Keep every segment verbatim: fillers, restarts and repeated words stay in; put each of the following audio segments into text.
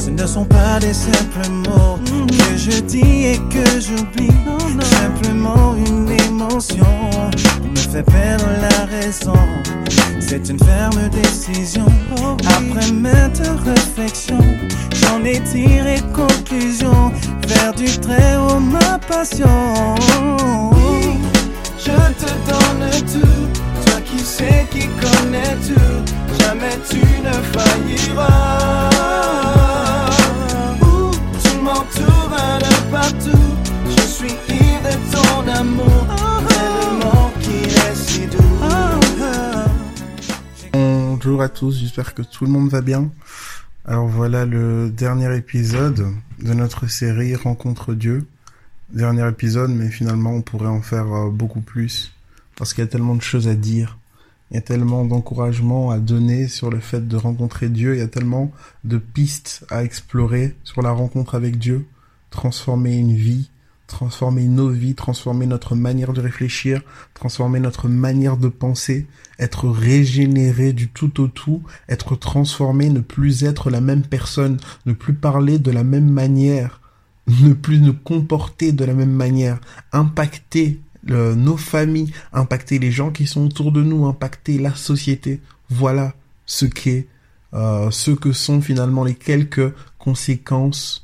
Ce ne sont pas des simples mots que je dis et que j'oublie. Simplement une émotion qui me fait perdre la raison. C'est une ferme décision. Après maintes réflexions, j'en ai tiré conclusion. Faire du très haut ma passion. Je te donne tout, toi qui sais, qui connais tout. Jamais tu ne failliras. Ouh, tu m'entoures de partout. Je suis ivre de ton amour, tellement qu'il est si doux. Bonjour à tous, j'espère que tout le monde va bien. Alors voilà le dernier épisode de notre série Rencontre Dieu. Dernier épisode, mais finalement on pourrait en faire euh, beaucoup plus, parce qu'il y a tellement de choses à dire, il y a tellement d'encouragement à donner sur le fait de rencontrer Dieu, il y a tellement de pistes à explorer sur la rencontre avec Dieu, transformer une vie, transformer nos vies, transformer notre manière de réfléchir, transformer notre manière de penser, être régénéré du tout au tout, être transformé, ne plus être la même personne, ne plus parler de la même manière, ne plus nous comporter de la même manière, impacter le, nos familles, impacter les gens qui sont autour de nous, impacter la société. Voilà ce qu'est, euh, ce que sont finalement les quelques conséquences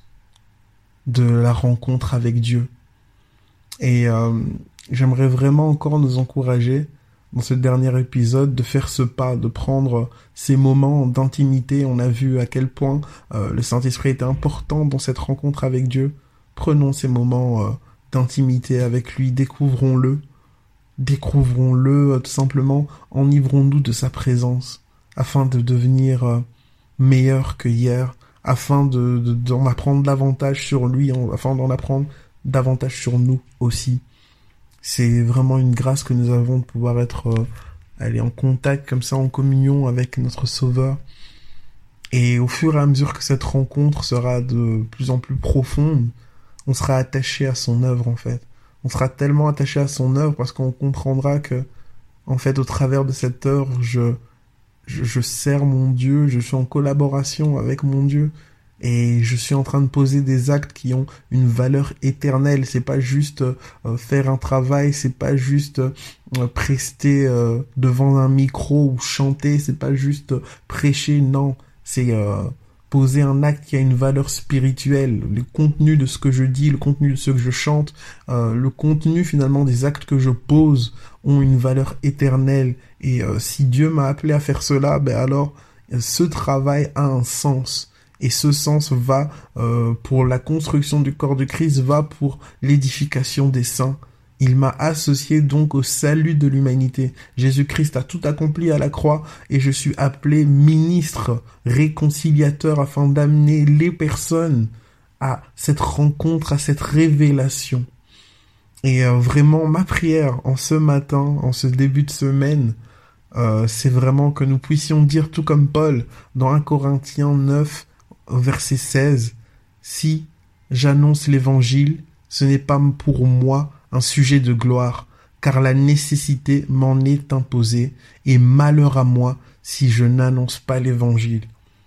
de la rencontre avec Dieu. Et euh, j'aimerais vraiment encore nous encourager dans ce dernier épisode de faire ce pas, de prendre ces moments d'intimité. On a vu à quel point euh, le Saint-Esprit était important dans cette rencontre avec Dieu. Prenons ces moments euh, d'intimité avec lui, découvrons-le, découvrons-le euh, tout simplement, enivrons-nous de sa présence, afin de devenir euh, meilleurs que hier, afin de, de, d'en apprendre davantage sur lui, en, afin d'en apprendre davantage sur nous aussi. C'est vraiment une grâce que nous avons de pouvoir être euh, aller en contact comme ça, en communion avec notre Sauveur. Et au fur et à mesure que cette rencontre sera de plus en plus profonde, on sera attaché à son œuvre en fait. On sera tellement attaché à son œuvre parce qu'on comprendra que, en fait, au travers de cette œuvre, je, je, je sers mon Dieu, je suis en collaboration avec mon Dieu. Et je suis en train de poser des actes qui ont une valeur éternelle. C'est pas juste euh, faire un travail, c'est pas juste euh, prester euh, devant un micro ou chanter, c'est pas juste euh, prêcher, non. C'est euh, poser un acte qui a une valeur spirituelle. Le contenu de ce que je dis, le contenu de ce que je chante, euh, le contenu finalement des actes que je pose ont une valeur éternelle. Et euh, si Dieu m'a appelé à faire cela, ben alors ce travail a un sens. Et ce sens va euh, pour la construction du corps de Christ, va pour l'édification des saints. Il m'a associé donc au salut de l'humanité. Jésus-Christ a tout accompli à la croix et je suis appelé ministre, réconciliateur afin d'amener les personnes à cette rencontre, à cette révélation. Et euh, vraiment, ma prière en ce matin, en ce début de semaine, euh, c'est vraiment que nous puissions dire tout comme Paul dans un Corinthiens neuf, verset seize, si j'annonce l'évangile, ce n'est pas pour moi un sujet de gloire, car la nécessité m'en est imposée, et malheur à moi si je n'annonce pas l'évangile.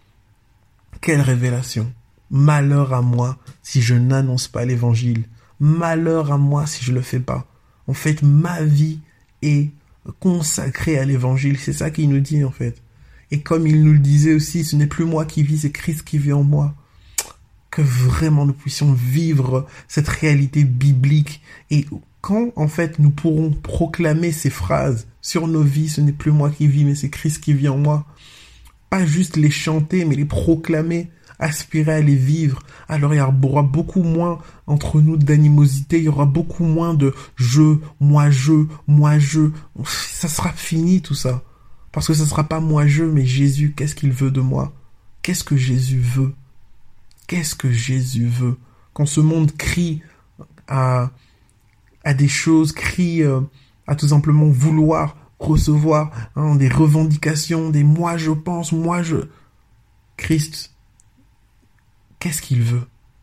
Quelle révélation! Malheur à moi si je n'annonce pas l'évangile. Malheur à moi si je le fais pas. En fait, ma vie est consacrée à l'évangile. C'est ça qu'il nous dit, en fait. Et comme il nous le disait aussi, ce n'est plus moi qui vis, c'est Christ qui vit en moi. Que vraiment nous puissions vivre cette réalité biblique. Et quand, en fait, nous pourrons proclamer ces phrases sur nos vies, ce n'est plus moi qui vis, mais c'est Christ qui vit en moi. Pas juste les chanter, mais les proclamer, aspirer à les vivre. Alors il y aura beaucoup moins entre nous d'animosité, il y aura beaucoup moins de je, moi je, moi je. Ça sera fini tout ça. Parce que ce ne sera pas moi-je, mais Jésus, qu'est-ce qu'il veut de moi? Qu'est-ce que Jésus veut? Qu'est-ce que Jésus veut? Quand ce monde crie à, à des choses, crie euh, à tout simplement vouloir recevoir hein, des revendications, des moi je pense, moi je... Christ, qu'est-ce qu'il veut?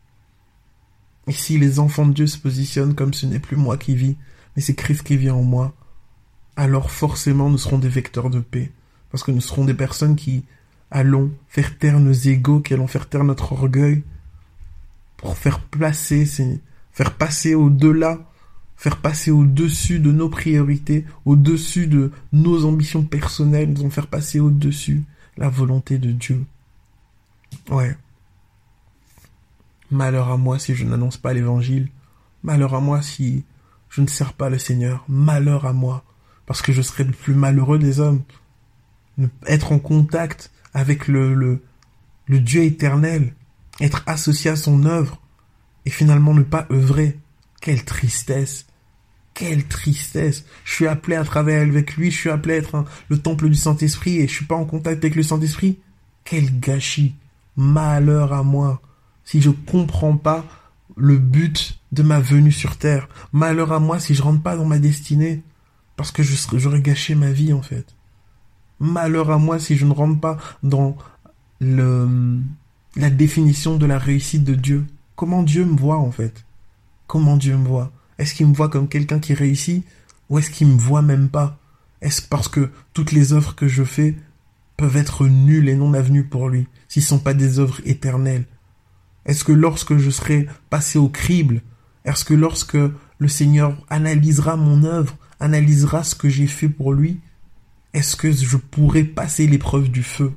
Et si les enfants de Dieu se positionnent comme ce n'est plus moi qui vis, mais c'est Christ qui vit en moi, alors forcément nous serons des vecteurs de paix. Parce que nous serons des personnes qui allons faire taire nos égos, qui allons faire taire notre orgueil, pour faire placer, faire passer au-delà, faire passer au-dessus de nos priorités, au-dessus de nos ambitions personnelles, nous allons faire passer au-dessus la volonté de Dieu. Ouais. Malheur à moi si je n'annonce pas l'évangile. Malheur à moi si je ne sers pas le Seigneur. Malheur à moi. Parce que je serai le plus malheureux des hommes. Être en contact avec le, le, le Dieu éternel. Être associé à son œuvre. Et finalement ne pas œuvrer. Quelle tristesse. Quelle tristesse. Je suis appelé à travailler avec lui. Je suis appelé à être un, le temple du Saint-Esprit. Et je suis pas en contact avec le Saint-Esprit. Quel gâchis. Malheur à moi. Si je comprends pas le but de ma venue sur terre. Malheur à moi si je rentre pas dans ma destinée. Parce que je serais, j'aurais gâché ma vie, en fait. Malheur à moi si je ne rentre pas dans le, la définition de la réussite de Dieu. Comment Dieu me voit, en fait? Comment Dieu me voit? Est-ce qu'il me voit comme quelqu'un qui réussit? Ou est-ce qu'il me voit même pas? Est-ce parce que toutes les œuvres que je fais peuvent être nulles et non avenues pour lui, s'ils ne sont pas des œuvres éternelles? Est-ce que lorsque je serai passé au crible, est-ce que lorsque le Seigneur analysera mon œuvre, analysera ce que j'ai fait pour lui, est-ce que je pourrai passer l'épreuve du feu?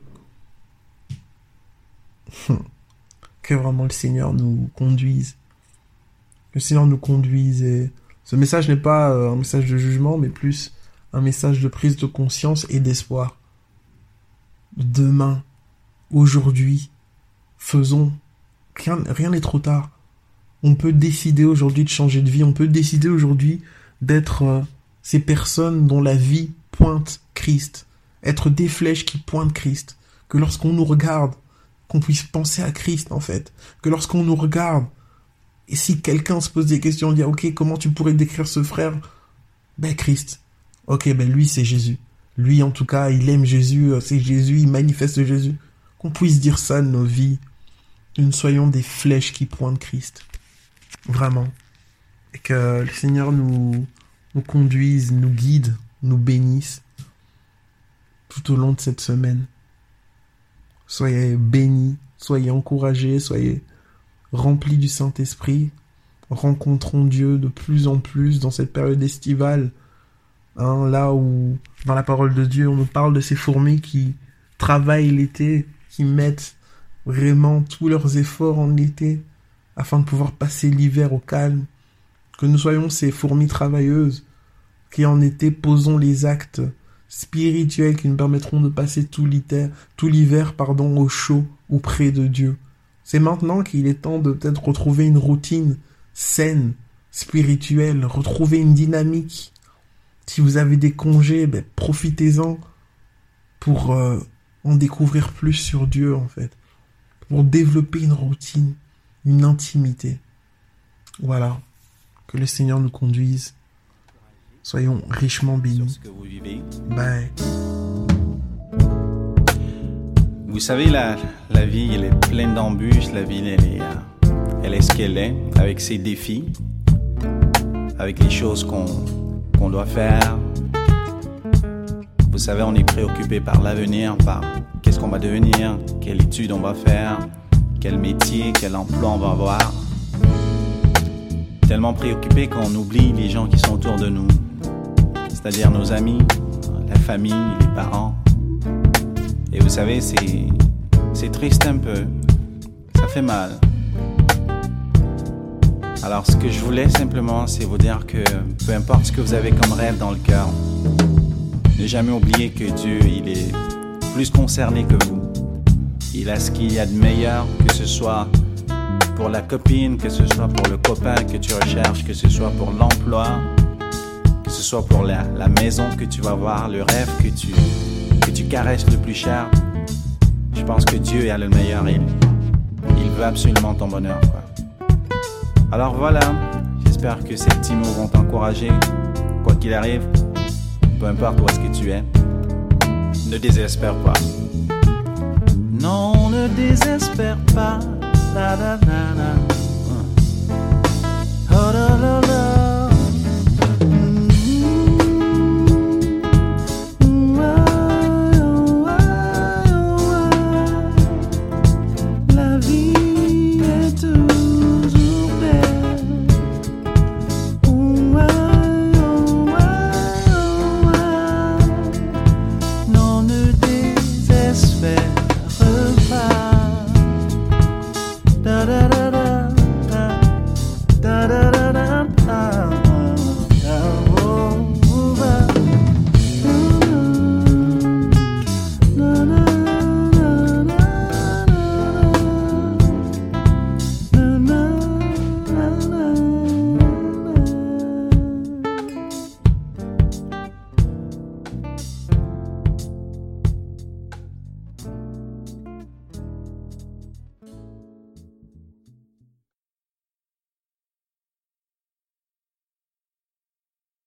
Que vraiment le Seigneur nous conduise. Que le Seigneur nous conduise. Et ce message n'est pas un message de jugement, mais plus un message de prise de conscience et d'espoir. Demain, aujourd'hui, faisons. Rien, rien n'est trop tard. On peut décider aujourd'hui de changer de vie. On peut décider aujourd'hui d'être euh, ces personnes dont la vie pointe Christ. Être des flèches qui pointent Christ. Que lorsqu'on nous regarde, qu'on puisse penser à Christ, en fait. Que lorsqu'on nous regarde, et si quelqu'un se pose des questions, dit, ok, comment tu pourrais décrire ce frère? Ben, Christ. Ok, ben, lui, c'est Jésus. Lui, en tout cas, il aime Jésus, c'est Jésus, il manifeste Jésus. Qu'on puisse dire ça de nos vies. Que nous soyons des flèches qui pointent Christ. Vraiment. Et que le Seigneur nous, nous conduise, nous guide, nous bénisse tout au long de cette semaine. Soyez bénis, soyez encouragés, soyez remplis du Saint-Esprit. Rencontrons Dieu de plus en plus dans cette période estivale. Hein, là où, dans la parole de Dieu, on nous parle de ces fourmis qui travaillent l'été, qui mettent vraiment tous leurs efforts en été afin de pouvoir passer l'hiver au calme. Que nous soyons ces fourmis travailleuses qui en été posons les actes spirituels qui nous permettront de passer tout l'hiver, tout l'hiver pardon, au chaud ou près de Dieu. C'est maintenant qu'il est temps de peut-être retrouver une routine saine, spirituelle, retrouver une dynamique. Si vous avez des congés, ben, profitez-en pour euh, en découvrir plus sur Dieu, en fait. Pour développer une routine, une intimité. Voilà. Que le Seigneur nous conduise. Soyons richement bénis. Bye. Vous savez, la, la vie, elle est pleine d'embûches. La vie, elle est, elle est ce qu'elle est, avec ses défis, avec les choses qu'on, qu'on doit faire. Vous savez, on est préoccupé par l'avenir, par qu'est-ce qu'on va devenir, quelle étude on va faire, quel métier, quel emploi on va avoir. Tellement préoccupé qu'on oublie les gens qui sont autour de nous, c'est-à-dire nos amis, la famille, les parents. Et vous savez, c'est, c'est triste un peu, ça fait mal. Alors ce que je voulais simplement, c'est vous dire que peu importe ce que vous avez comme rêve dans le cœur, ne jamais oublier que Dieu, il est plus concerné que vous. Il a ce qu'il y a de meilleur, que ce soit pour la copine, que ce soit pour le copain que tu recherches, que ce soit pour l'emploi, que ce soit pour la, la maison que tu vas voir, le rêve que tu, que tu caresses le plus cher. Je pense que Dieu a le meilleur. Il, il veut absolument ton bonheur, quoi. Alors voilà, j'espère que ces petits mots vont t'encourager, quoi qu'il arrive. Peu importe où est-ce que tu es, ne désespère pas. Non, ne désespère pas. Da, da, da.